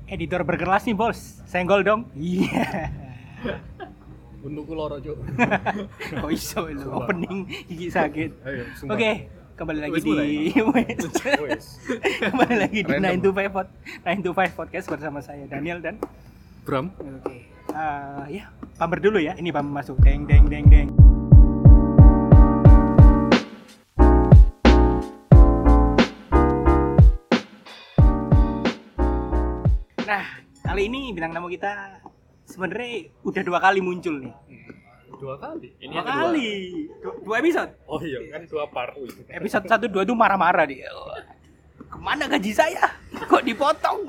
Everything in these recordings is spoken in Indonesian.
Editor berkelas nih bos, senggol dong. Iya. Untukku loro, Cuk. Kok iso lu opening gigi sakit. Ayo, sumpah. Oke, kembali lagi Wes di Wes. kembali lagi di Random. 9 to 5 podcast bersama saya Daniel dan Bram. oke. Ya, pamer dulu ya. Ini pamer masuk. Deng deng deng deng. Nah, kali ini bintang tamu kita sebenarnya udah 2 kali muncul nih. 2 kali. Ini 2 kali. 2 episode. Oh iya, kan 2 part. Episode 1 2 tuh marah-marah dia. Kemana gaji saya? Kok dipotong?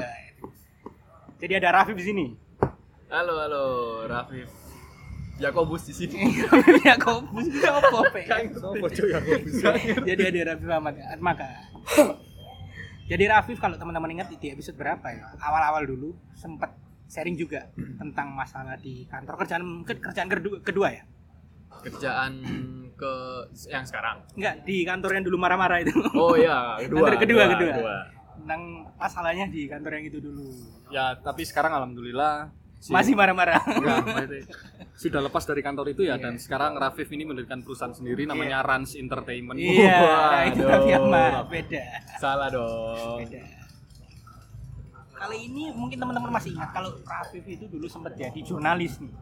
Jadi ada Rafif di sini. Halo, Rafif. Yakobus di sini. Ya kok apa, Pe? Sopo Cuk ya kok bisa. Jadi ada Rafif Ahmad Maka. Jadi Rafif kalau teman-teman ingat di episode berapa ya? Awal-awal dulu sempat sharing juga tentang masalah di kantor kerjaan kedua ya? Kerjaan ke yang sekarang. Enggak, di kantor yang dulu marah-marah itu. Oh iya, kedua. Tentang masalahnya di kantor yang itu dulu. Ya, tapi sekarang alhamdulillah Masih marah-marah. sudah lepas dari kantor itu ya, Iya. dan sekarang Rafif ini mendirikan perusahaan sendiri namanya Rans Entertainment. Iya, Waduh, itu Raffi Ahmad. Raffi. Beda. Salah dong. Beda. Kali ini mungkin teman-teman masih ingat kalau Rafif itu dulu sempat jadi jurnalis nih.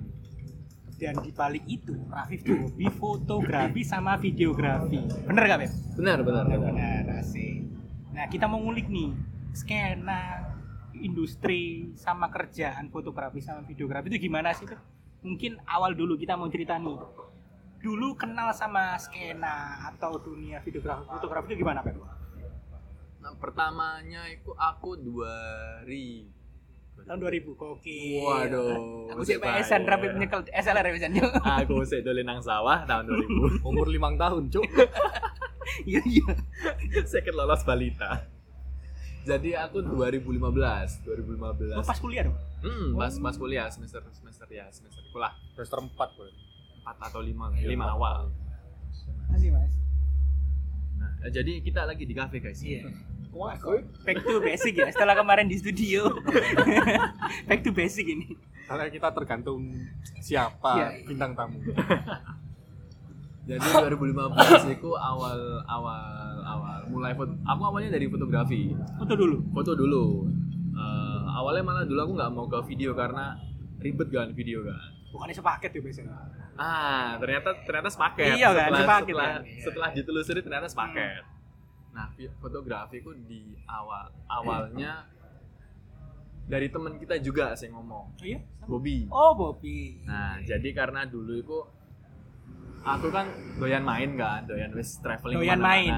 Dan di balik itu Rafif tuh hobi fotografi sama videografi. Bener gak, Beb? Benar. Benar, asik. Nah, kita mau ngulik nih skena industri sama kerjaan fotografi sama videografi itu gimana sih, Beb? Mungkin awal dulu kita mau cerita nih. Dulu kenal sama skena atau dunia videografi fotografi itu gimana, Beb? Nah, pertamanya itu aku Tahun 2000, oke. Waduh, Aku sih masih PSN, banyak. Rafif nyekel SLR ya PSN. Aku sih dolen nang sawah tahun 2000. Umur 5 tahun, Cuk. Iya. Saya kan lolos balita. Jadi aku 2015. Oh, pas kuliah dong? Pas kuliah semester kuliah Semester 4, Bro. 4 atau 5 Lima. awal. Masih, Mas. Nah, jadi kita lagi di kafe, guys. Iya. Back to basic ya, setelah kemarin di studio. Back to basic ini. Karena kita tergantung siapa Iya. bintang tamu. Jadi 2015 itu awal mulai foto. Aku awalnya dari fotografi. Foto dulu. Foto dulu. Awalnya malah dulu aku nggak mau ke video karena ribet kan video kan. Bukannya sepaket ya biasanya. Ternyata sepaket. Iya kan, sepaket kan. Setelah ditelusuri ternyata sepaket. Nah, fotografi ku di awalnya dari teman kita juga sih ngomong. Oh iya? Bobby. Oh, Bobby. Nah, jadi karena dulu itu aku kan doyan main kan, doyan wis traveling Doyan main.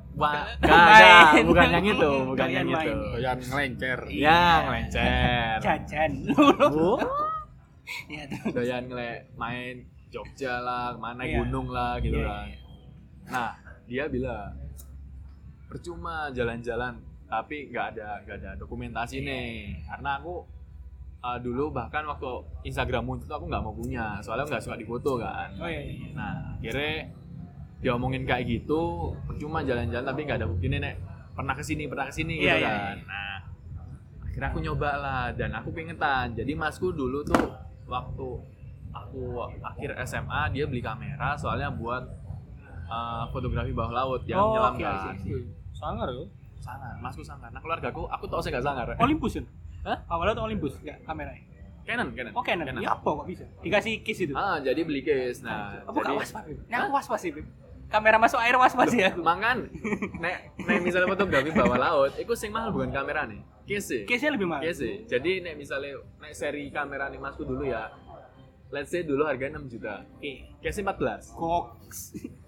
Enggak, bukan yang itu, bukan Doyan yang itu. main. Doyan ngelencer. Ya, ngelencer. Jajan. Bu, Iya tuh. doyan main Jogja lah, mana Iya. gunung lah gitu Iya, kan. iya. Nah, dia bilang percuma jalan-jalan tapi nggak ada dokumentasi nih. Karena aku dulu bahkan waktu Instagram muncul aku nggak mau punya, soalnya nggak suka difoto kan. Oh iya. Nah, akhirnya diomongin kayak gitu, percuma jalan-jalan tapi nggak ada buktinya nek pernah kesini gitu Iya, kan. iya. Nah, akhirnya aku nyoba lah dan aku pengetan. Jadi masku dulu tuh waktu aku akhir SMA dia beli kamera soalnya buat fotografi bawah laut yang nyelam oke, kan. Sangar yo. Sangar, masku sangar. Nah, keluargaku aku tau saya nggak sangar. Olympus kan? Hah? Awalnya tuh Olympus, enggak kameranya. Canon. Oh, Canon. Ya apa kok bisa? Dikasih case itu. Jadi beli case. Nah, Aku gak jadi waspas, Beb. Nah, aku waspas sih, Beb. Kamera masuk air waspas ya aku. mangan nek misalnya fotografi bawah laut, itu sing mahal bukan kamera nih. Case. Case-nya lebih mahal. Case. Jadi nek misalnya seri kamera nih masku dulu ya. Let's say dulu harganya 6 juta. Oke. Case 14. Goks.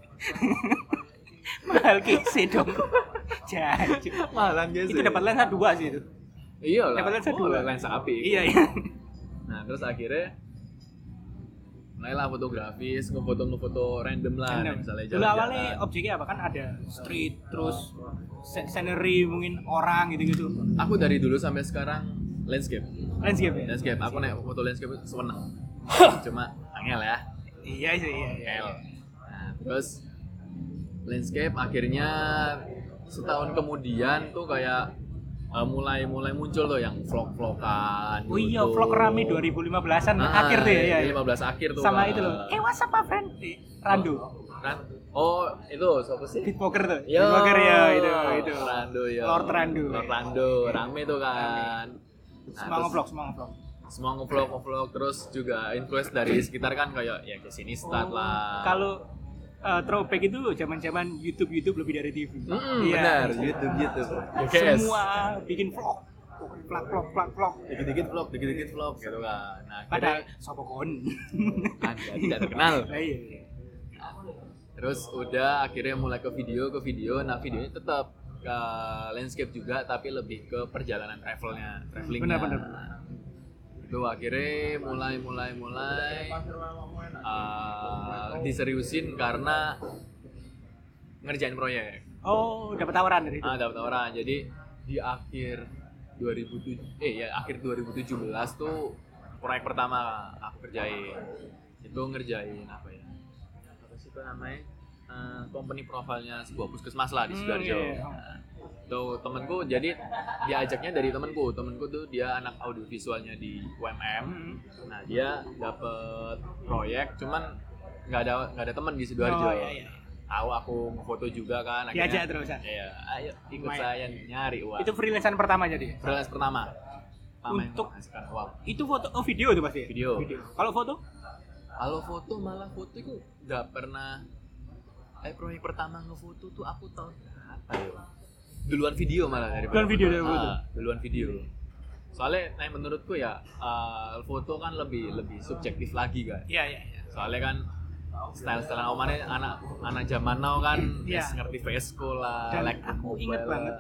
Mahal case dong. Jajan. Mahalan case. Itu dapat lensa 2 sih itu. Iya lah. dapat lensa dua. Lensa api. Iya. Nah, terus akhirnya mulailah fotografi, ngefoto random lah, misalnya Dulu jalan-jalan. awalnya objeknya apa kan ada street terus scenery mungkin orang gitu-gitu. Aku dari dulu sampai sekarang landscape. Landscape ya? Landscape. Aku nek foto landscape itu seneng. Cuma angel ya. Iya sih, iya. Angel. Nah, terus landscape akhirnya setahun kemudian tuh kayak mulai muncul tuh yang vlog-vlogan. Oh iya, YouTube. vlog rame 2015-an akhir tuh ya. 15 akhir tuh. Sama kan. itu loh. What's up, my friend? Randu. Oh, itu siapa sih? Beat poker tuh. Yo, Beat poker ya, itu. Rando ya. Lord Rando. Lord Rando, rame tuh kan. Semua ngevlog. Semua ngevlog terus juga influence dari sekitar kan kayak ya ke sini start lah. Kalau throwback itu zaman-zaman YouTube lebih dari TV. Benar, YouTube. Semua bikin vlog. Vlog. Dikit-dikit vlog gitu kan. Nah, Padahal sopo kon. Anda tidak terkenal. Iya. Terus udah akhirnya mulai ke video. Nah, videonya tetap ke landscape juga tapi lebih ke perjalanan travelingnya. Benar. Itu akhirnya mulai diseriusin karena ngerjain proyek. Oh, dapat tawaran dari itu. Dapat tawaran. Jadi di akhir 2017 tuh proyek pertama aku kerjain. Itu ngerjain apa sih itu namanya? Company profile-nya sebuah puskesmas lah di Sidoarjo. Nah, tuh temenku, jadi diajaknya dari temenku tuh dia anak audiovisualnya di UMM. Nah, dia dapet proyek cuman nggak ada teman di Sidoarjo. Iya. Aku ngefoto juga kan akhirnya. Diajak terus kan. Iya, ayo ikut saya nyari uang. Itu freelance pertama jadi. Freelance pertama. Untuk menghasilkan uang. Itu foto video tuh pasti. Video. Kalau foto? Kalau foto itu nggak pernah. Proyek pertama ngefoto tuh aku tahun berapa ya? Duluan video malah dari Duluan video. Duluan video. Soalnya menurutku ya foto kan lebih subjektif lagi kan. Iya. Soalnya kan style omane anak zaman now kan Iya. ngerti Vesco lah. Dan aku inget banget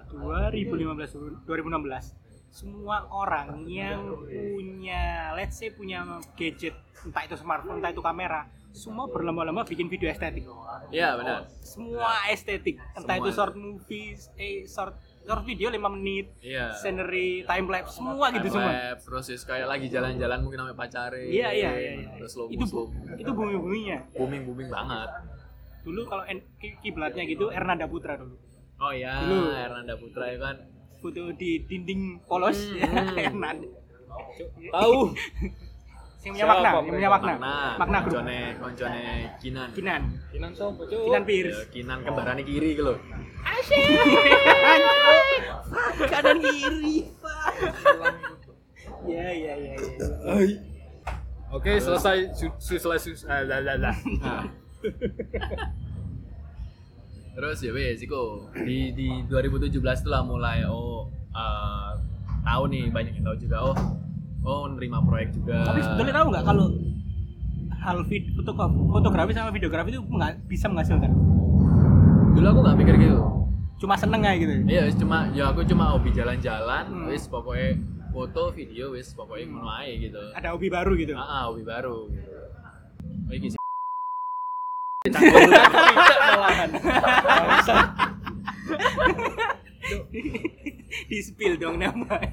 2016 semua orang yang punya gadget, entah itu smartphone, entah itu kamera, semua berlomba-lomba bikin video estetik. Iya benar. Semua estetik, entah Semua. itu short movies, short video 5 menit, Iya. scenery, time lapse, semua gitu semua. Time-lapse, terus kayak lagi jalan-jalan mungkin sama pacare. Iya. Terus slow Itu bumi-buminya. booming banget. Dulu kalau kiblatnya gitu Ernanda Putra dulu. Oh iya, Dulu. Ernanda Putra ya kan. Foto di dinding polos Ernanda. Tahu. Yang punya makna. Makna grup. Koncone Kinan. Kinan sopo, Cuk? Kinan Pierce. Ya, Kinan kembarannya kiri gitu loh. Kanan kiri, Pak. Iya. Oke, selesai. Terus ya wes Ziko di 2017 itulah mulai tahu nih, banyak yang tahu juga nerima proyek juga. Tapi sebetulnya tahu nggak kalau hal fotografi sama videografi itu nggak bisa menghasilkan? Dulu aku nggak mikir gitu. Cuma seneng aja gitu. Iya, aku cuma hobi jalan-jalan, wis pokoknya foto, video, wis pokoknya ngono ae gitu. Ada hobi baru gitu. Hobi baru gitu. Oh iki sih. Di spill dong namanya.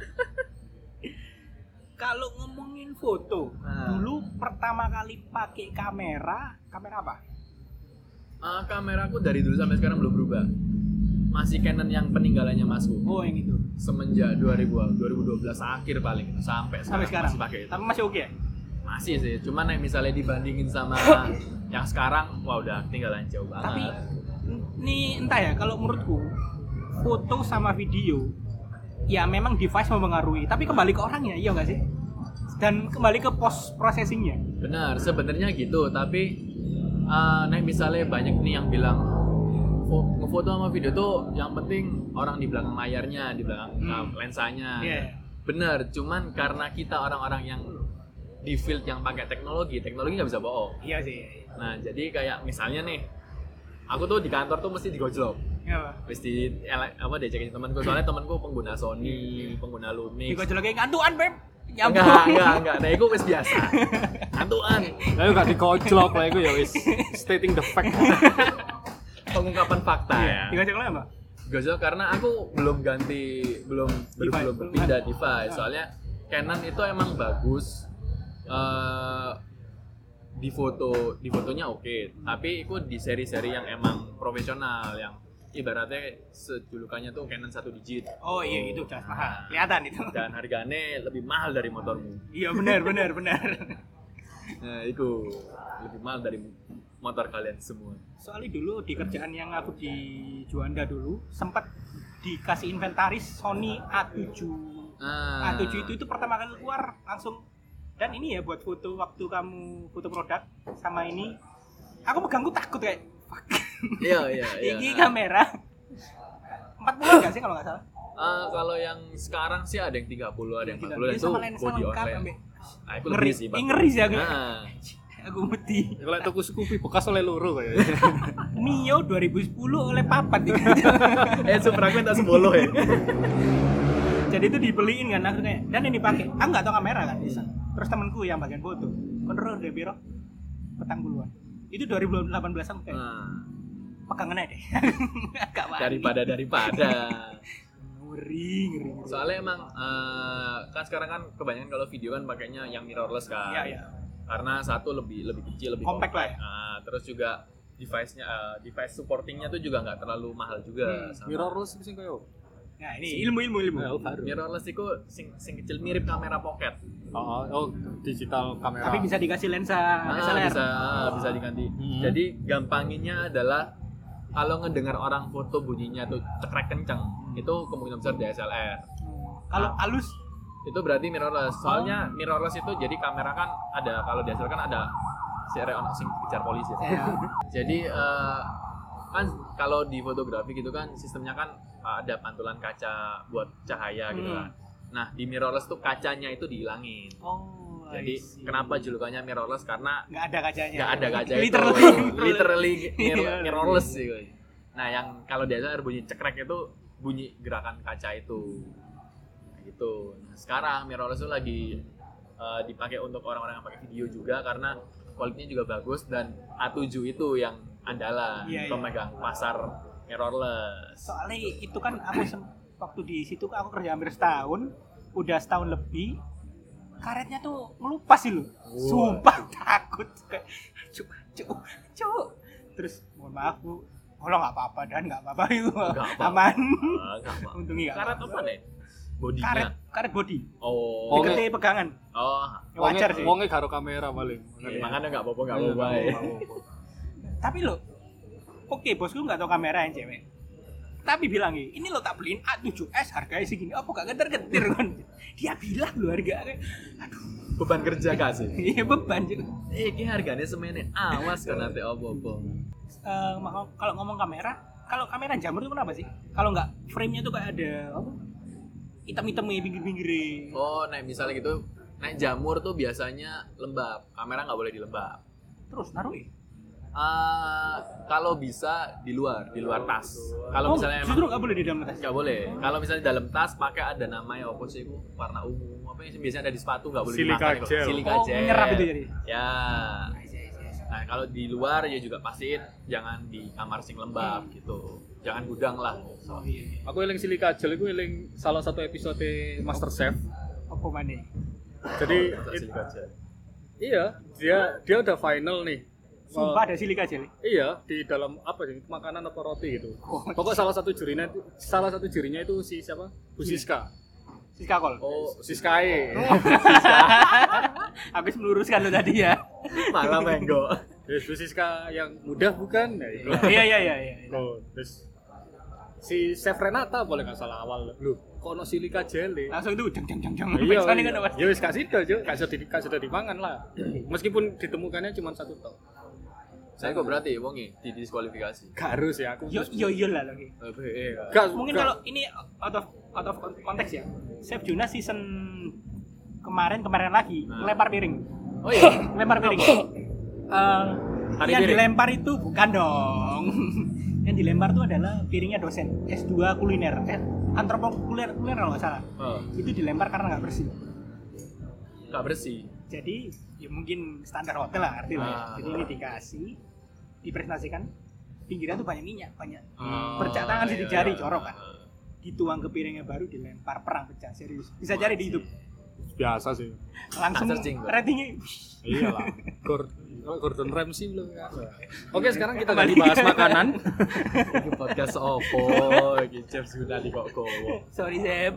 Kalau ngomongin foto, dulu pertama kali pakai kamera apa? Kameraku dari dulu sampai sekarang belum berubah. Masih Canon yang peninggalannya masku. Oh, yang itu. Semenjak 2012 akhir paling itu sampai sekarang masih pakai itu. Tapi masih oke ya? Masih sih, cuman misalnya dibandingin sama yang sekarang, wah udah ketinggalan jauh banget. Tapi ini entah ya, kalau menurutku foto sama video ya memang device mempengaruhi, tapi kembali ke orangnya, iya nggak sih? Dan kembali ke post processingnya. Benar, sebenarnya gitu, tapi misalnya banyak nih yang bilang ngefoto sama video tuh yang penting orang di belakang layarnya, di belakang lensanya. Yeah. Benar, cuman karena kita orang-orang yang di field yang pakai teknologi nggak bisa bohong. Iya sih. Nah, jadi kayak misalnya nih, aku tuh di kantor tuh mesti digojlok. Iya. Mesti dicekin temanku, soalnya temanku pengguna Sony, pengguna Lumix. Digojlokin kantuan, Beb. Enggak. Nah, itu wis biasa. Kantuan. Lah gak dikojlok lah itu ya wis stating the fact. Pengungkapan fakta ya. Digojlok apa? Digojlok karena aku belum pindah device. Soalnya Canon itu emang bagus. Di fotonya oke, tapi itu di seri-seri yang emang profesional, yang ibaratnya sejulukannya tuh Canon 1 digit. Oh iya itu jelas mahal. Kelihatan itu. Dan harganya lebih mahal dari motormu. Iya benar. Nah, itu lebih mahal dari motor kalian semua. Soalnya dulu di kerjaan yang aku di Juanda dulu sempat dikasih inventaris Sony A7. A7 itu pertama kali keluar langsung, dan ini ya buat foto waktu kamu foto produk sama ini. Aku pegang takut kayak fuck. Iya. Ini kamera 40 enggak sih kalau nggak salah? Kalau yang sekarang sih ada yang 30, ada yang 40 Ini itu sama lensa body lengkap, online. ambek. Nah, itu Ngeri lebih sih, Bang. ngeri sih aku. Nah, Aku mati. Kalau tuku Scoopy bekas oleh loro kayaknya. Mio 2010 oleh papat nih. Super aku tak sebolo ya. Jadi itu dibeliin kan aku kayak, dan ini pakai. Aku nggak tahu kamera kan bisa. Terus temanku yang bagian foto, kontrol udah biro petang puluhan. Itu 2018 aku kayak pegangan aja deh. Agak wani. Daripada. Ngeri. Soalnya emang kan sekarang kan kebanyakan kalau video kan pakainya yang mirrorless kan. Iya. Karena satu lebih kecil, lebih Compact lah ya. Terus juga device supportingnya tuh juga nggak terlalu mahal juga. Sama. Mirrorless sing koyo. Nah ini ilmu. Baru. Mirrorless itu sing kecil mirip kamera pocket. Oh, digital kamera. Tapi bisa dikasih lensa SLR. Bisa diganti. Jadi gampanginnya adalah kalau ngedengar orang foto bunyinya tuh cekrek kenceng, itu kemungkinan besar DSLR. Kalau halus Itu berarti mirrorless. Soalnya mirrorless itu jadi kamera kan ada, kalau DSLR kan ada si ono sing kejar polisi. Jadi kan kalau di fotografi gitu kan sistemnya kan ada pantulan kaca buat cahaya gitu kan. Nah, di mirrorless tuh kacanya itu dihilangin. Oh, jadi kenapa julukannya mirrorless? Karena nggak ada kacanya. Nggak ada kaca itu. Literally mirrorless sih. Nah, yang kalau DSLR bunyi cekrek itu bunyi gerakan kaca itu. Gitu. Nah, sekarang mirrorless itu lagi dipakai untuk orang-orang yang pakai video juga karena kualitinya juga bagus, dan A7 itu yang andalan pemegang pasar mirrorless. Soalnya itu kan aku waktu di situ aku kerja hampir setahun, udah setahun lebih, karetnya tuh ngelupas sih lo. Sumpah takut kayak cuk. Terus mohon maaf Bu, kalau nggak apa-apa dan nggak apa-apa itu aman. Untungnya nggak. Karet apa nih? Bodinya. Karet body. Oh. Dikete pegangan. Oh. Wajar sih. Wonge karo kamera paling. Makanya nggak apa-apa. Tapi lo, oke bosku nggak tahu kamera yang cewek. Tapi bilang ini lo tak beliin A7S harganya segini. Apa gak geter-geter kan? Dia bilang lo harga. Aduh. Beban kerja kasih. Iya beban. Ini harganya semene. Awas kan nanti apa-apa. Kalau ngomong kamera, kalau kamera jamur itu kenapa sih? Kalau nggak frame-nya tuh kayak ada apa? Hitam-hitamnya pinggir-pinggirnya. Oh, naik misalnya gitu, naik jamur tuh biasanya lembab. Kamera nggak boleh dilembab. Terus naruh kalau bisa di luar tas. Kalau misalnya justru nggak boleh di dalam tas. Nggak boleh. Kalau misalnya di dalam tas pakai ada namanya apa sih? Warna ungu. Apa yang biasanya ada di sepatu nggak boleh dipakai. Silika gel. Menyerap itu jadi. Ya. Nah, kalau di luar ya juga pastiin jangan di kamar sing lembab gitu. Jangan gudang lah. Oh iya. Aku eling silika gel iku eling salah satu episode MasterChef. Apa mana? Jadi iya, dia udah final nih. Sumpah ada silika gel. Iya, di dalam apa sih? Makanan apa roti gitu. Pokok salah satu jurinya itu si siapa? Bu Siska. Siska Kol. Oh, Siskae. Habis meluruskan lo tadi ya. Malah menggo. Terus Bu Siska yang mudah bukan? Nah, iya. Oh, terus si Chef Renata boleh nggak salah awal. Loh, kok ono silika gel? Langsung itu jeng. Iya. Ya wis kasih dah, kasih dimangan lah. Meskipun ditemukannya cuma satu tok. Saya kok berarti wongi didiskualifikasi. Gak harus ya aku. Yo lah lagi. Mungkin kalau ini out of konteks ya. Chef Jonas season kemarin lagi lempar piring. Oh iya, lempar piring. Yang dilempar itu bukan dong. Yang dilempar itu adalah piringnya dosen S2 kuliner, antropologi kuliner kalau nggak salah. Itu dilempar karena nggak bersih. Nggak bersih. Jadi ya mungkin standar hotel lah artinya. Jadi ini dikasih, dipresentasikan, pinggirnya tuh banyak minyak, banyak bercak tangan sidik jari corok kan. Dituang ke piringnya baru dilempar, perang pecah, serius. Bisa cari di YouTube. Biasa sih. Langsung ratingnya. Iyalah. Gordon Ramsay belum kan. Oke, sekarang kita ganti bahas makanan. Iki podcast opo? Iki chef sudah di kok kowo. Sorry, Sep.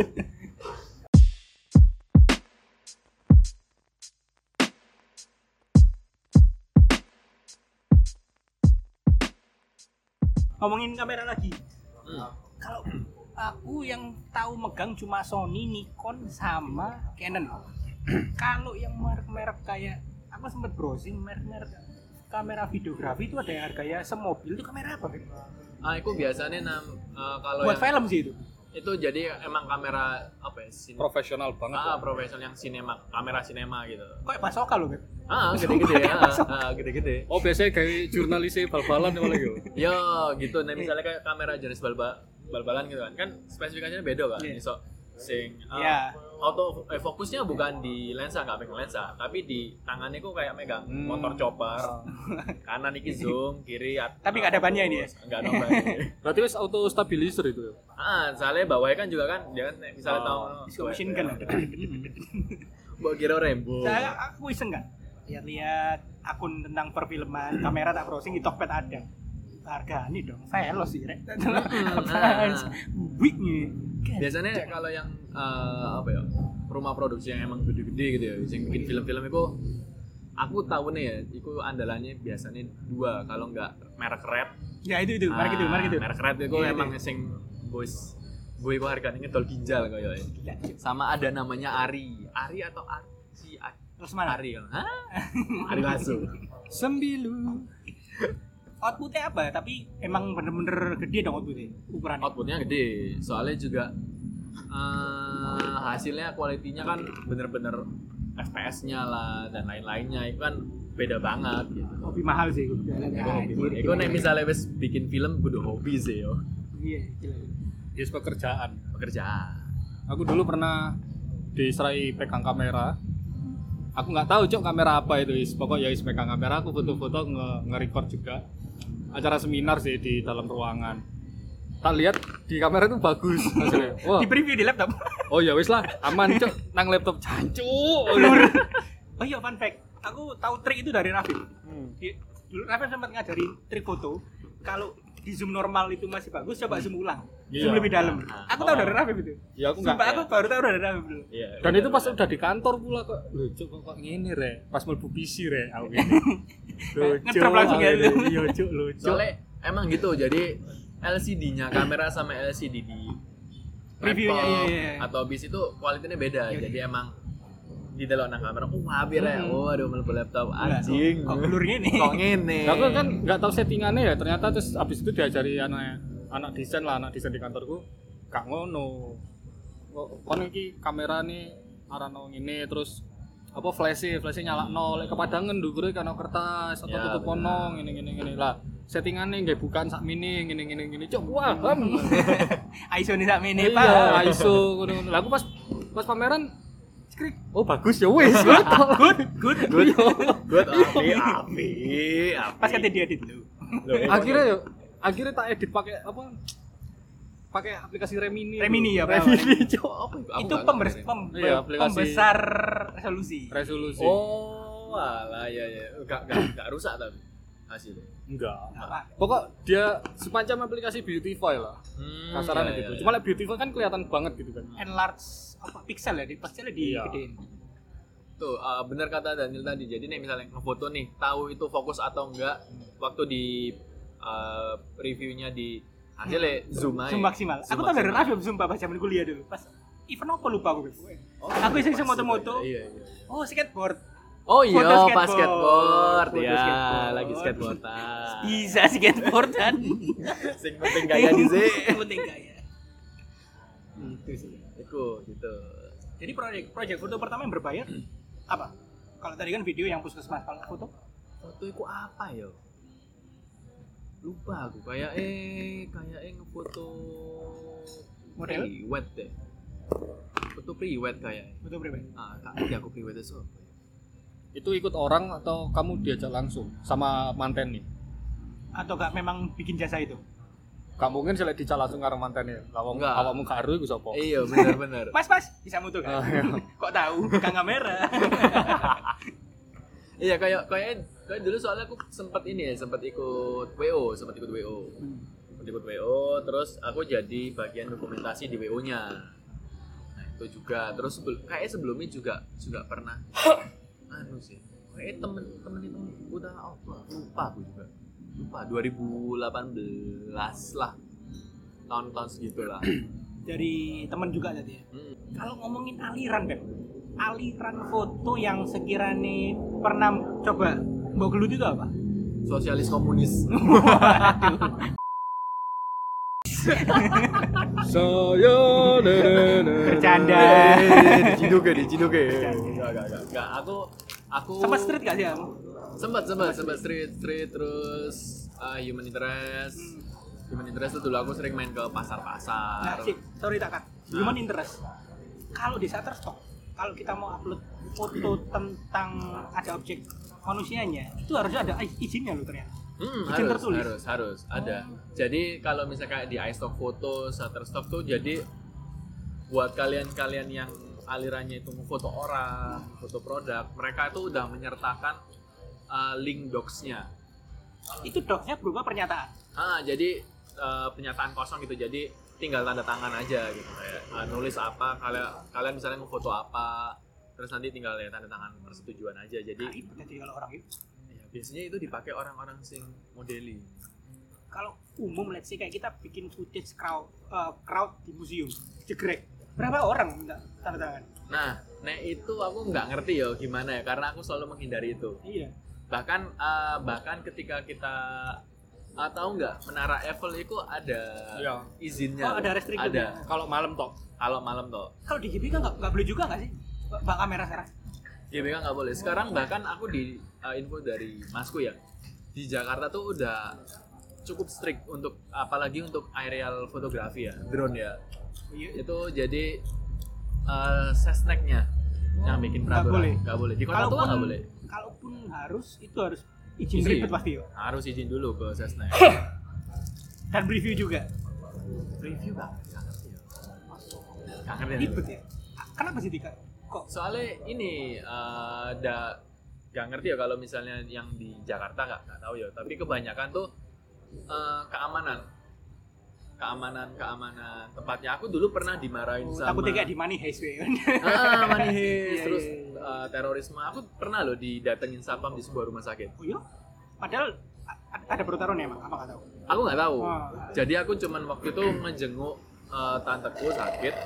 Ngomongin kamera lagi. Kalau aku yang tahu megang cuma Sony, Nikon sama Canon. Kalau yang merek-merek kayak aku sempat browsing merek-merek kamera videografi itu ada yang harganya semobil, itu kamera apa? Itu biasanya kalau Buat yang film sih itu. itu jadi emang kamera apa ya? Profesional banget. Profesional yang kamera sinema gitu. Kok Basoka loh, Beb? Gede-gede gede-gede. Oh, biasanya kayak jurnalis bal-balan apa lagi? Yo, gitu. Nah, misalnya kayak kamera jenis bal-balan gitu kan. Kan spesifikasinya beda kan. Iya. So, sing Iya. fokusnya bukan di lensa, nggak pegang lensa, tapi di tangannya kok kayak megang motor chopper. Kanan iki zoom, kiri Tapi nggak ada bannya ini ya? Nggak ada bannya. Berarti wis auto stabilizer itu ya? Soalnya bawahnya kan juga kan dia kan misalnya tahu Disco machine gun. Mbok kira Rembo. Aku iseng kan. Lihat akun tentang perfilman, kamera tak browsing di Tokped ada. Harganya dong, velos sih, Rek. Wih nih. Biasanya kalau yang apa ya, rumah produksi yang emang gede-gede gitu ya, yang bikin film-film itu aku tahu nih ya, itu andalannya biasanya 2, kalau enggak merek Red. Ya itu, merek itu. Merek Red itu Iya, emang sing bos gue kok harganya ngedol ginjal kayak ya. Sama ada namanya Ari atau Arci Terus mana? Ari kan? Hah? Ari langsung. Sembilu. Outputnya apa? Tapi emang bener-bener gede dong outputnya, ukurannya. Outputnya gede, soalnya juga hasilnya kualitinya kan bener-bener FPS-nya lah dan lain-lainnya itu kan beda banget gitu. Hobi mahal sih. Itu nih misalnya wes bikin film kudu hobi sih yo. Iya, gila. Yes, pekerjaan. Pekerjaan. Aku dulu pernah diserai pegang kamera. Aku nggak tahu cok kamera apa itu, pokoknya ya pegang kamera, aku foto-foto nge-record juga. Acara seminar sih di dalam ruangan. Tak lihat di kamera itu bagus hasilnya. Wah. Di preview di laptop. Oh ya wis lah, aman cok, nang laptop jancuk. Oh iya, fun fact. Aku tahu trik itu dari Raffi. Dulu Raffi sempat ngajarin trik foto. Kalau di zoom normal itu masih bagus, coba zoom ulang. Iya. Zoom lebih dalam. Aku tahu dari Raffi itu. Ya aku nggak. Sumpah aku baru tahu dari Raffi dulu. Iya. Dan itu pas udah di kantor pula kok. Loh cok kok ngene rek. Pas mlebu PC rek aku gini. Ngedrop langsung ya. Iya cok lucu. Soalnya emang gitu, jadi LCD-nya kamera sama LCD di Reviewnya, laptop iya. atau bis itu kualitinya beda. Iya. Jadi emang di dalam kamera, habis ya. Waduh, melebu laptop anjing. Kok blur gini? Kok ngene? Nah, aku kan nggak tahu settingannya ya. Ternyata terus abis itu diajari anak desain di kantorku. Gak ngono. Kon iki kamera nih arano ngene terus apa flash nyala nol kepadangan ndukure kana kertas atau Ya, tutup ono ngene lah. Settingannya nggak bukan sak mini ngene cok paham. ISO nih sak mini, Pak. Iya, ISO ngono. Lah aku pas pameran skrik. Oh bagus ya wis. Good. Api. Pas kata dia edit lu. Akhirnya tak edit pakai apa? Pakai aplikasi Remini. Remini ya, Pak. Remini cok. Apa itu? Itu Iya, aplikasi. pembesar resolusi. Oh, Walah ya. Enggak rusak tapi hasilnya. enggak. Apa? Pokok dia semacam aplikasi Beautify lah. Kasarannya Iya, gitu. iya. Cuma like Beautify kan kelihatan banget gitu kan. Enlarge apa pixel ya, pixelnya Iya. digedein. Tuh, benar kata Daniel tadi. Jadi nih misalnya ngefoto nih, tahu itu fokus atau enggak waktu di reviewnya di hasilnya zoom aja. Zoom maksimal. Aku tahu dari Raffi zoom pas zaman kuliah dulu. Pas event apa lupa aku. Aku iseng moto-moto. Iya. Oh, skateboard. Oh iya, Foto pas skateboard. Foto Ya, skateboard. lagi skateboardan. Bisa skateboardan. Sing penting gaya di sih. Penting gaya. Itu sih. Iku gitu. Jadi proyek foto pertama yang berbayar apa? Kalau tadi kan video yang puskesmas, kalau foto Foto iku apa ya? Lupa aku. Kayak ngefoto Model? Pre-wed deh. Foto pre-wed kayak. foto pribadi. Kak aku pre-wed itu. Itu ikut orang atau kamu diajak langsung sama manten nih? Atau gak memang bikin jasa itu? Gak mungkin selek dijak langsung karo mantennya. Lawang Enggak. awakmu gak aru iku sapa? Iya, benar. Mas, bisa foto kan? Ah, iya. Kok tahu? Bukan kamera. Iya kayak Kayak dulu soalnya aku sempat ikut WO, terus aku jadi bagian dokumentasi di WO-nya. Nah, itu juga. Terus kayak sebelumnya juga pernah sih. Kayak temen itu udah lupa aku juga. Lupa 2018 lah. Tahun-tahun segitulah. Dari teman juga tadi ya. Kalau ngomongin aliran, Beb. Aliran foto yang sekiranya pernah coba mbok geluti itu apa? Sosialis komunis. Saya Bercanda. Diciduk Enggak. Aku Sempat street gak sih kamu? sempat street terus human interest. Human interest itu dulu aku sering main ke pasar-pasar. Nah, sorry tak Kak. Human interest. Kalau di Shutterstock, kalau kita mau upload foto tentang ada objek manusianya, itu harusnya ada izinnya loh ternyata. Izin tertulis. Harus ada. Jadi kalau misalnya kayak di iStock foto, Shutterstock tuh jadi buat kalian yang alirannya itu foto orang, foto produk, mereka itu udah menyertakan link docs-nya. Itu docs-nya berupa pernyataan. Jadi pernyataan kosong gitu. Jadi tinggal tanda tangan aja gitu, kayak nulis apa, kalian misalnya ngefoto apa, terus nanti tinggal ya tanda tangan persetujuan aja. Jadi Jadi kalau orang itu ya, biasanya itu dipakai orang-orang sing modeli. kalau umum let's say kayak kita bikin footage crowd di museum jegrek, berapa orang minta tanda tangan? Nah itu aku nggak ngerti ya gimana ya, karena aku selalu menghindari itu. Iya. Bahkan ketika kita tahu nggak, Menara Eiffel itu ada izinnya. Oh, ada restricted. Ada. Kalau malam toh. Kalau di GBK nggak boleh juga nggak sih bak kamera sekarang? GBK nggak boleh. Sekarang bahkan aku di info dari masku ya, di Jakarta tuh udah cukup strict untuk, apalagi untuk aerial fotografi ya, drone ya. Iya. Itu jadi sesneknya yang bikin peraturan. Nggak boleh. Di kota tua nggak boleh. Kalaupun itu harus izin ribet pasti ya. Harus izin dulu ke sesnek. Dan review juga. Review nggak ngerti ya. Nggak ngerti. Ribet ya. Kenapa sih Tika? Kok? Soalnya ini nggak ngerti ya kalau misalnya yang di Jakarta nggak tahu ya. Tapi kebanyakan tuh keamanan tempatnya. Aku dulu pernah dimarahin sama. Takutnya kayak di Money Heist Money Heist, Iya, terus iya. Terorisme. Aku pernah loh didatengin satpam di sebuah rumah sakit. Oh iya? Padahal ada perutaran ya, Mak? Apa nggak tahu? Aku nggak tahu. Oh. Jadi aku cuman waktu itu ngejenguk tanteku sakit.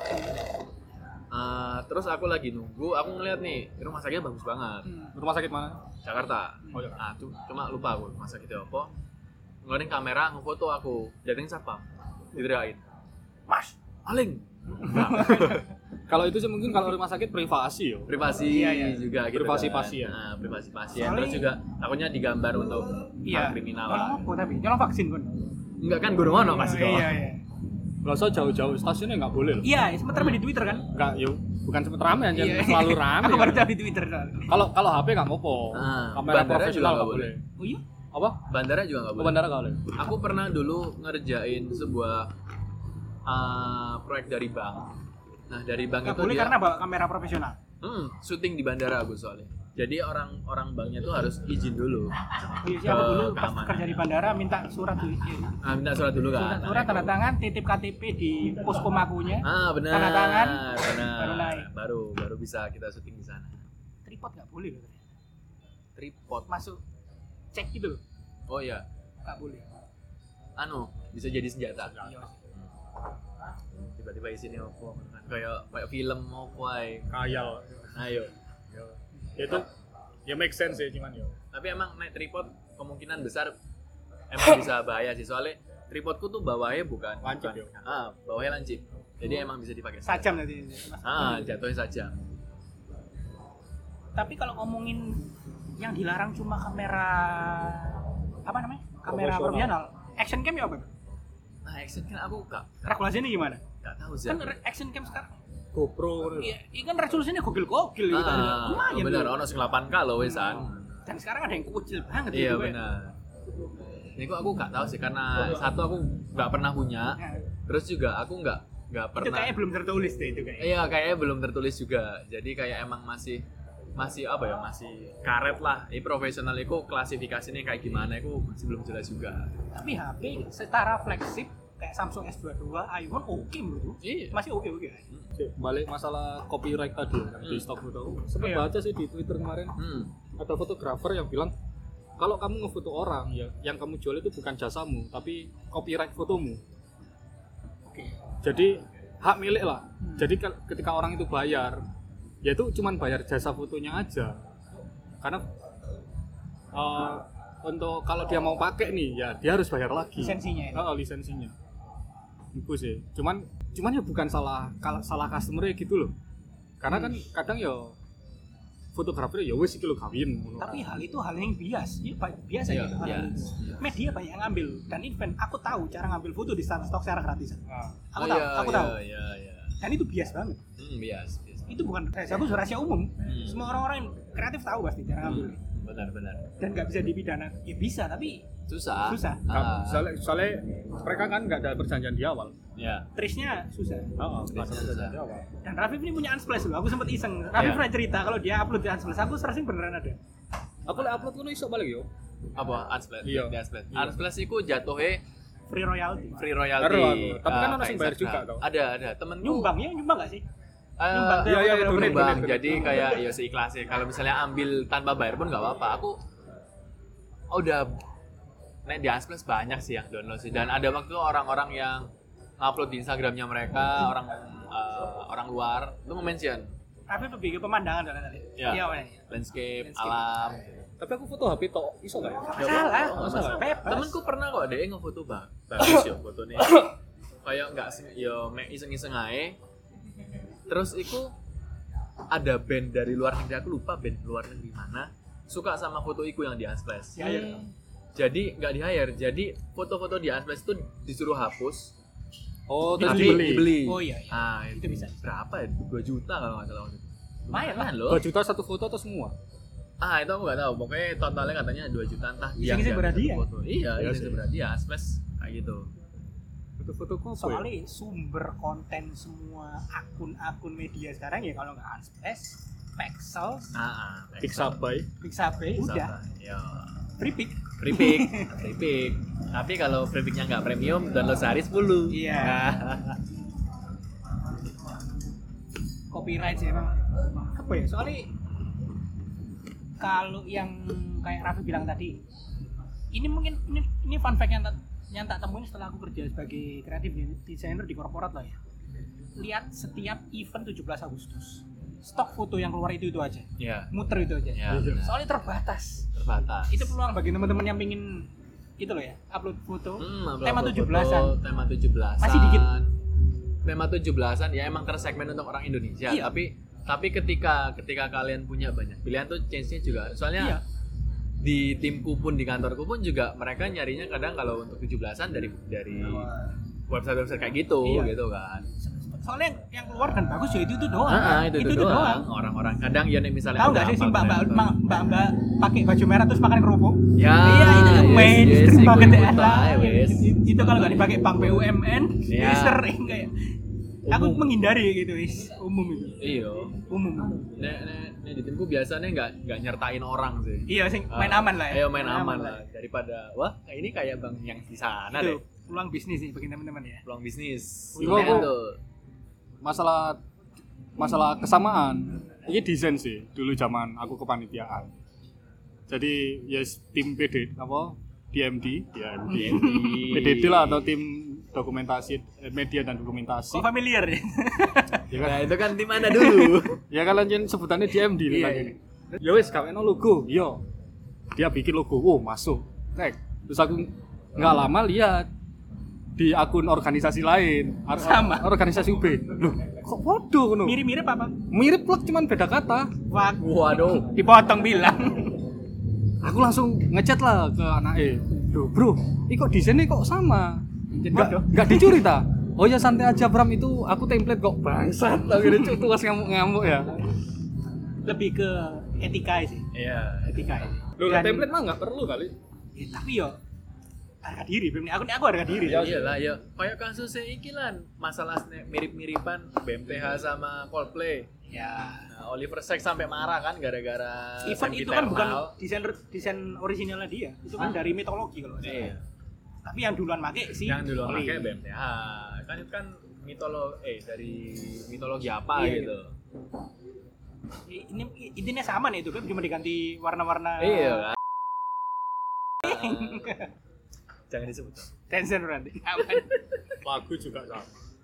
Terus aku lagi nunggu, aku ngeliat nih rumah sakitnya bagus banget. Rumah sakit mana? Jakarta. Oh iya. Cuma lupa aku rumah sakitnya apa. Ngeluarin kamera, ngefoto aku. Datengin satpam. Diteriakin, "Mas, maling." Kalau itu sih mungkin kalau rumah sakit privasi yo. Privasi Iya. juga gitu. Privasi kan. pasien. Nah, privasi pasien. Soalnya- Terus juga takutnya digambar untuk hal kriminal. Kalau apa tapi? Nyolong vaksin kan? Enggak kan guru ono Mas kok. Iya. Kalau jauh-jauh stasiunnya nggak boleh loh. Iya, sempat rame di Twitter kan? Enggak, yo. Bukan sempat rame aja, Iya. selalu rame. Aku baru kan. tahu di Twitter. Kalau HP nggak apa-apa. Kamera bandara juga profesional nggak nggak boleh. Oh iya? Apa? Bandara juga nggak Ke boleh. bandara nggak boleh. Aku pernah dulu ngerjain sebuah proyek dari bank. Nah dari bank Nggak itu boleh dia karena bawa kamera profesional. syuting di bandara aku soalnya. Jadi orang banknya tuh harus izin dulu. Iya, siapa dulu pas keamanan. kerja di bandara minta surat dulu. Minta surat dulu kan. Surat tanda tangan, titip KTP di posko makunya. Benar. Tanda tangan, benar. baru naik. Baru bisa kita syuting di sana. Tripod nggak boleh loh. Tripod. Masuk cek gitu loh. Oh iya. Nggak boleh. Bisa jadi senjata. Iya. Tiba-tiba isinya opo kan kayak film opo ae. Kayal. Ayo. Itu ya make sense ya cuman yo. Tapi emang naik tripod kemungkinan besar emang bisa bahaya sih, soalnya tripodku tuh bawahnya bukan Lancip, yo. bawahnya lancip. Jadi emang bisa dipakai. Sajam nanti. Jatuhnya saja. Tapi kalau ngomongin yang dilarang cuma kamera apa namanya? Kamera profesional. Action cam ya apa? Nah, action kan aku gak Regulasinya gimana? tahu sih. Kan action cam sekarang GoPro. iya kan resolusinya gokil-gokil gitu. Lumayan. benar, tuh. ono sing 8K loh wesan. Dan sekarang ada yang kecil banget Iya gitu, benar. Ini kok aku gak tahu sih, karena satu aku gak pernah punya, Nah, terus juga aku gak itu pernah. kayaknya belum tertulis deh itu kayaknya. Iya, kayaknya belum tertulis juga. Jadi kayak emang masih masih apa ya, masih karet lah. Ini profesional itu klasifikasinya kayak gimana itu masih belum jelas juga. Tapi HP secara flagship kayak Samsung S22, iPhone oke menurutku. Iya. Masih oke. Balik masalah copyright tadi yang di stok foto. Sempat Iya. baca sih di Twitter kemarin ada fotografer yang bilang kalau kamu ngefoto orang ya yang kamu jual itu bukan jasamu tapi copyright fotomu. Oke. Jadi hak milik lah. Jadi ketika orang itu bayar, ya itu cuman bayar jasa fotonya aja. Karena untuk kalau dia mau pakai nih, ya dia harus bayar lagi. Lisensinya ya? Lisensinya. Itu sih. Cuman ya bukan salah customer gitu loh. Karena kan kadang ya fotografer ya wis iki lho kawin. Tapi hal itu hal yang biasa Iya, gitu. Hal yang media banyak yang ngambil dan event aku tahu cara ngambil foto di Shutterstock secara gratisan. Aku tahu. Iya. Dan itu bias banget. Bias. Itu bukan rahasia umum. Semua orang-orang yang kreatif tahu pasti cara ngambil. Benar. Dan nggak bisa dipidana. Ya bisa tapi Susah. Soalnya mereka kan nggak ada perjanjian di awal. Ya. trace-nya susah. Susah. Dan Rafif ini punya Unsplash loh. Aku sempat iseng. Rafif pernah cerita kalau dia upload di Unsplash. Aku searching beneran ada. Aku lek upload ngono iso balik yo. Apa Unsplash? Iya. Di Unsplash. Unsplash iku jatuhe Free royalty. free royalty. Baru aku. Tapi kan orang kayak sing bayar Instagram. juga tau. Ada temenku. Nyumbang nggak sih? Nyumbang. Iya, Nyumbang. donate. Jadi kayak ya seikhlasnya. Kalau misalnya ambil tanpa bayar pun nggak apa-apa. Aku udah di Unsplash banyak sih yang download sih. Dan ada waktu orang-orang yang upload di Instagramnya mereka, orang luar itu mention Rafif lebih ke pemandangan dan lain-lain. Iya. Iya, mana? landscape, Landscape. alam. Tapi aku foto HP tok iso gak ya? Salah. Bebas. Temenku pernah kok dia ngefoto bagus ya fotonya. Kayak enggak yo mek iseng-iseng ae. Terus iku ada band dari luar negeri, aku lupa band luar negeri mana, suka sama foto iku yang di Unsplash. Jadi nggak di-hire. Jadi foto-foto di Unsplash itu disuruh hapus. Oh, terus Tapi dibeli. Oh iya. Ah, Itu bisa. Berapa ya? 2 juta kalau nggak salah waktu itu. Lumayan lah. loh. 2 juta satu foto atau semua? Itu aku nggak tahu. Pokoknya totalnya katanya 2 juta entah. Iseng-iseng yang berhadiah. satu foto. Iya, Iya iseng sih. berhadiah. Unsplash kayak gitu. Foto-foto kok Soalnya sumber konten semua akun-akun media sekarang ya kalau nggak Unsplash, Pexels, Pixabay. Pixabay, udah Ya. free pick. Free pick. Tapi kalau free picknya nggak premium, download sehari 10. Iya. Copyright sih emang apa ya? Soalnya kalau yang kayak Raffi bilang tadi, ini mungkin ini fun fact yang tak temuin setelah aku kerja sebagai kreatif designer di korporat lah ya. Lihat setiap event 17 Agustus, stok foto yang keluar itu aja, Iya. muter itu aja. Ya, Soalnya terbatas. terbatas. Itu peluang bagi teman-teman yang pingin itu loh ya, upload foto. Upload Tema foto, 17-an. Tema 17-an. Masih dikit. Tema 17-an ya emang tersegmen untuk orang Indonesia, Iya. tapi ketika kalian punya banyak pilihan tuh change-nya juga. Soalnya Iya. di timku pun di kantorku pun juga mereka nyarinya kadang kalau untuk 17-an dari website-website kayak gitu Iya. gitu kan. Soalnya yang keluar dan bagus ya itu doang. Itu doang. Orang-orang kadang ya nih misalnya Tahu nggak sih si mbak pakai baju merah terus makan kerupuk? Ya, Iya itu mainstream ikut banget ya. wes. Itu kalau nggak dipakai bank BUMN, Iya. sering kayak. Aku menghindari gitu wis umum itu. Iya. Umum. Nek di timku biasanya nggak nyertain orang sih. Iya sing main aman lah ya. Ayo main aman lah daripada wah ini kayak bang yang di sana deh. Itu peluang bisnis sih bagi teman-teman ya. Peluang bisnis. Itu Lumayan aku- tuh. Masalah kesamaan. Ini desain sih dulu zaman aku kepanitiaan. Jadi ya tim PD apa DMD, PDD lah atau tim dokumentasi media dan dokumentasi. Kok familiar ya? Ya kan? Nah itu kan tim mana dulu? Ya kalian sebutannya DMD Iya, kan ini. Ya wis kaweno logo. Yo. Dia bikin logo. Oh, masuk. Tag. Terus aku nggak lama lihat di akun organisasi lain. Sama. Organisasi UB. Loh, kok bodoh ngono? Mirip-mirip apa? Mirip plek cuman beda kata. Wah, Waduh. dipotong bilang. Aku langsung ngechat lah ke anaknya. Loh, bro, ini kok desainnya kok sama? Nggak dicuri ta? Oh ya santai aja Bram, itu aku template kok. Bangsat. Akhirnya cuk tuas ngamuk-ngamuk ya. Lebih ke etika sih. Iya. Etika. Loh, Dan- template mah nggak perlu kali. Ya, tapi yo harga diri, aku harga diri. Ya iyalah ya. Kayak kasusnya iki lan, masalah mirip-miripan BMTH sama Coldplay. Ya. Nah, Oliver Sacks sampai marah kan gara-gara Even itu kan bukan desain originalnya dia, itu kan dari mitologi kalau nggak salah. Iya. Tapi yang duluan make sih. Yang dulu Oli. pakai BMTH. Kan itu kan dari mitologi apa Iya, gitu. Ini intinya sama nih itu kan cuma diganti warna-warna. Iya kan. Jangan disebut. Tencent nanti. Lagu juga sama.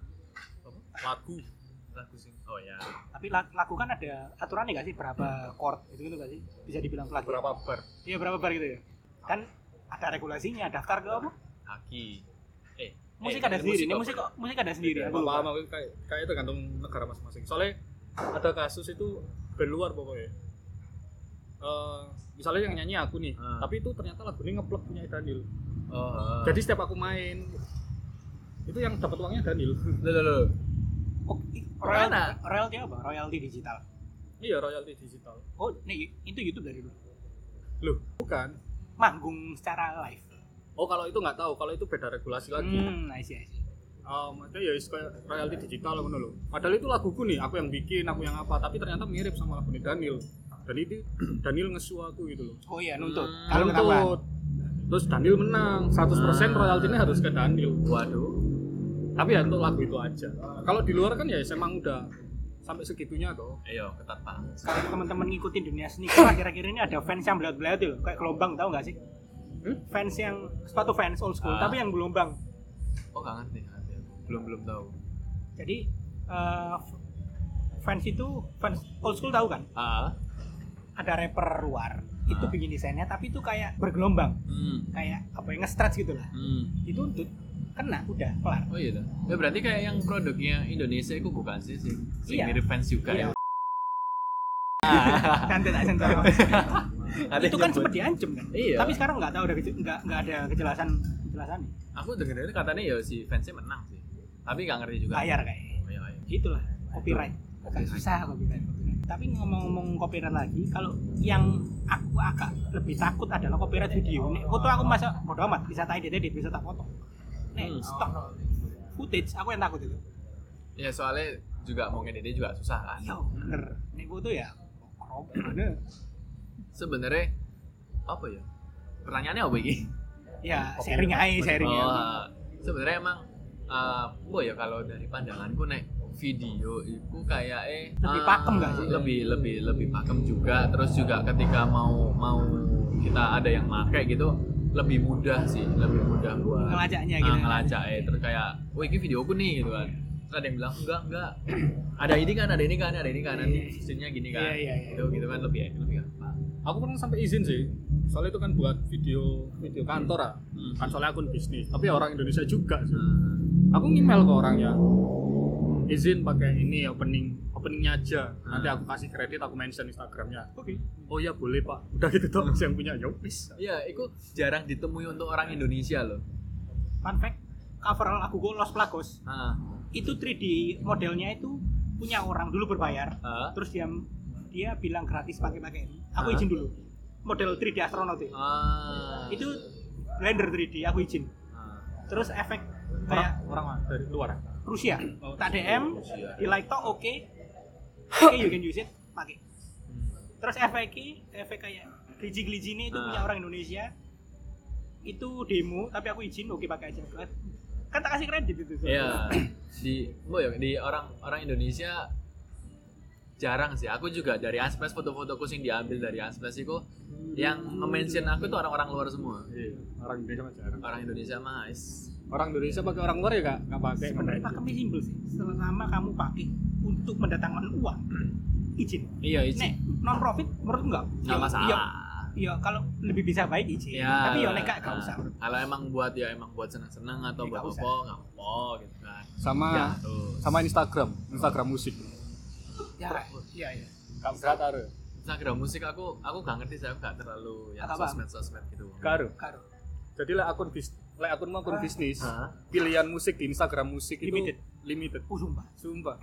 Lagu sing. Oh ya. Tapi lagu kan ada aturannya nggak sih berapa chord itu nggak sih? Bisa dibilang lagu. Berapa bar? Iya berapa bar gitu ya? Kan ada regulasinya, daftar ke apa? Haki. Musik ada sendiri. Ini musik ada sendiri. Aku lupa. Paham aku kayak tergantung negara masing-masing. Soalnya ada kasus itu band luar pokoknya. Misalnya yang nyanyi aku nih, tapi itu ternyata lagunya ngeplug punya Daniel. Jadi setiap aku main itu yang dapat uangnya Daniel. Loh. Oh, royalty apa? Royalty digital. Iya, royalty digital. Oh, nih itu YouTube dari dulu. Loh, bukan. Manggung secara live. Oh, kalau itu nggak tahu, kalau itu beda regulasi lagi. I see. Maksudnya ya kayak royalty digital ngono lho. Padahal itu laguku nih, aku yang bikin, aku yang apa, tapi ternyata mirip sama lagu Daniel. Dan itu Daniel ngesu aku gitu loh. Oh iya, nuntut. Kalau ketahuan. Terus Daniel menang, 100% royaltinya harus ke Daniel. Waduh. Tapi ya untuk lagu itu aja. Kalau di luar kan ya emang udah sampai segitunya toh. Ayo, ketat banget. Kalau teman-teman ngikutin dunia sneaker akhir-akhir ini ada fans yang belat-belat itu loh, kayak gelombang, tahu nggak sih? Fans yang sepatu fans old school, tapi yang gelombang. Oh, nggak ngerti. Belum tahu. Jadi fans old school tahu kan? Ada rapper luar itu bikin desainnya, tapi itu kayak bergelombang, kayak apa yang nge-stretch gitu lah. Dituntut, kena, udah kelar. Oh iya dah. Ya berarti kayak yang produknya Indonesia itu bukan sih Iya. mirip fans juga Iya. ya. Nanti tak sensor. Itu kan sempat diancam kan. Iya. Tapi sekarang nggak tahu nggak ada kejelasannya. Aku dengar katanya ya si fansnya menang sih. Tapi nggak ngerti juga. Bayar kayaknya. Oh, iya. Itulah copyright. Agak susah copyright. Tapi ngomong copyright lagi, kalau yang aku agak lebih takut adalah copyright video. Nih, foto aku masa bodo amat, bisa tak edit, bisa tak potong. Nih, stop footage, aku yang takut itu. Ya soalnya juga mau ngeditnya juga susah kan. Iya, bener. Nih foto ya, bener. Sebenarnya apa ya? Pertanyaannya apa ini? Ya, sharing aja. Sebenarnya emang ya kalau dari pandanganku nek video itu kayak lebih pakem nggak sih? Lebih pakem juga. Terus juga ketika mau kita ada yang pakai gitu lebih mudah buat ngelajaknya gitu. Ngelacak terus kayak, "Wih, ini videoku nih" gitu kan. Terus ada yang bilang, "Enggak. Ada ini kan, nanti sistemnya gini kan." Iya. Gitu kan lebih gampang. Aku pernah sampai izin sih. Soalnya itu kan buat video kantor ah. Kan soalnya akun bisnis, tapi orang Indonesia juga sih. Aku ngemail ke orangnya. Izin pakai ini openingnya aja. Nanti aku kasih kredit, aku mention Instagramnya. Oke. Oh ya boleh Pak. Udah gitu toh yang punya ya wis. Iya, itu jarang ditemui untuk orang Indonesia loh. Fun fact, cover aku Los Plagos. Itu 3D modelnya itu punya orang dulu berbayar. Terus dia bilang gratis pakai ini. Aku izin dulu. Model 3D astronaut itu. Itu Blender 3D, aku izin. Terus efek kayak orang dari luar. Rusia. Tak DM, di like to oke, you can use it, pakai. Terus efek kayak glitchy ini itu punya orang Indonesia. Itu demo, tapi aku izin, oke pakai aja. Kan tak kasih kredit itu. Iya. Di orang Indonesia jarang sih. Aku juga dari Aspes foto-fotoku yang diambil dari Aspes itu yang nge-mention aku tuh orang-orang luar semua. Iya. Orang Indonesia mah jarang. Orang Indonesia mah orang Indonesia pakai orang luar ya nggak pakai. Sebenarnya pakemnya simpel sih. Selama kamu pakai untuk mendatangkan uang, izin. Iya, izin. Nek non profit menurutku enggak Masalah. Iya, kalau lebih bisa baik izin. Ya, tapi ya nek enggak usah. Kalau emang buat senang-senang atau buat apa enggak apa gitu kan. Sama Instagram musik. Iya. Kamu berat taruh. Instagram musik aku gak ngerti, saya gak terlalu yang sosmed gitu. Karo. Jadi akun bisnis. Pilihan musik di Instagram musik limited. Sumpah.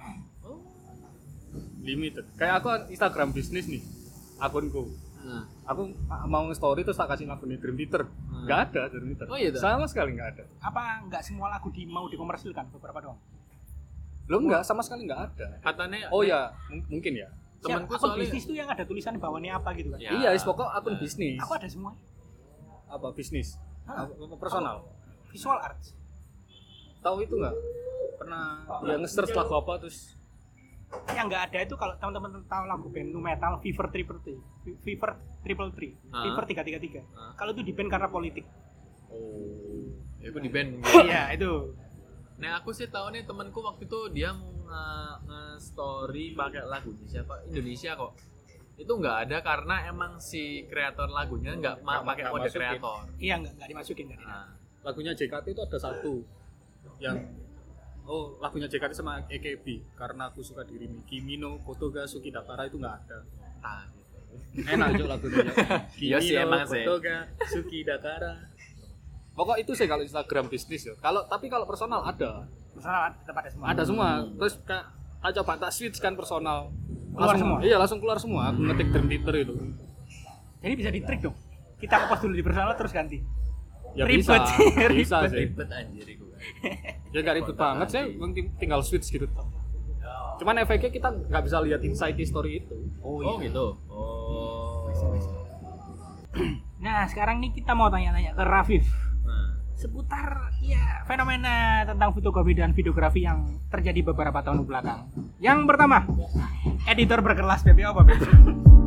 Limited. Kayak aku Instagram bisnis nih. Akunku. Aku mau nge-story terus tak kasih akunnya Dream Theater. Nggak ada dari Twitter. Oh, iya, tak? Sama sekali nggak ada. Apa nggak semua lagu mau dikomersilkan, beberapa doang? Lo nggak, sama sekali nggak ada. Katanya Oh ya, mungkin ya. temanku akun soalnya bisnis tuh yang ada tulisan bawahnya apa gitu kan. Ya. Iya, pokok akun bisnis. Aku ada semua. Apa bisnis? Hah? Apa personal? Visual arts. Tahu itu nggak? Pernah ya nge-search lagu apa terus Yang nggak ada itu kalau teman-teman tahu lagu band nu metal Fever Triple T, Fever Triple Three, Ah. Fever 333. Ah. Kalau itu di band karena politik. oh, ya aku di band mungkin. Iya itu. Nah aku sih tahu nih temanku waktu itu dia mau nge-story pakai lagunya siapa Indonesia kok. Itu nggak ada karena emang si kreator lagunya nggak pakai nggak kode masukin. kreator. Iya nggak dimasukin tadi. Nah, lagunya JKT itu ada satu yang lagunya JKT sama AKB karena aku suka dirimu Kimino Kotoga Suki Dakara itu nggak ada. ah, gitu. Enak aja lagunya. Iya sih, emang sih. Kotoga Suki Dakara. Pokok itu sih kalau Instagram bisnis ya. Tapi kalau personal ada. Masalah tetap ada semua. Ada semua. Terus coba tak switch kan personal. Keluar semua? Iya, langsung keluar semua. Aku ngetik dari Twitter itu. Jadi bisa di-trick dong. Kita ngepost dulu di personal terus ganti. Ya Ribet. bisa sih. Ribet anjir gue. Ya nggak ribet banget sih, tinggal switch gitu. Cuman efeknya kita nggak bisa lihat inside history itu. Oh gitu. Oh. Nah sekarang nih kita mau tanya-tanya ke Rafif Nah, seputar ya fenomena tentang fotografi dan videografi yang terjadi beberapa tahun belakang. Yang pertama, editor berkelas BPO apa BPO?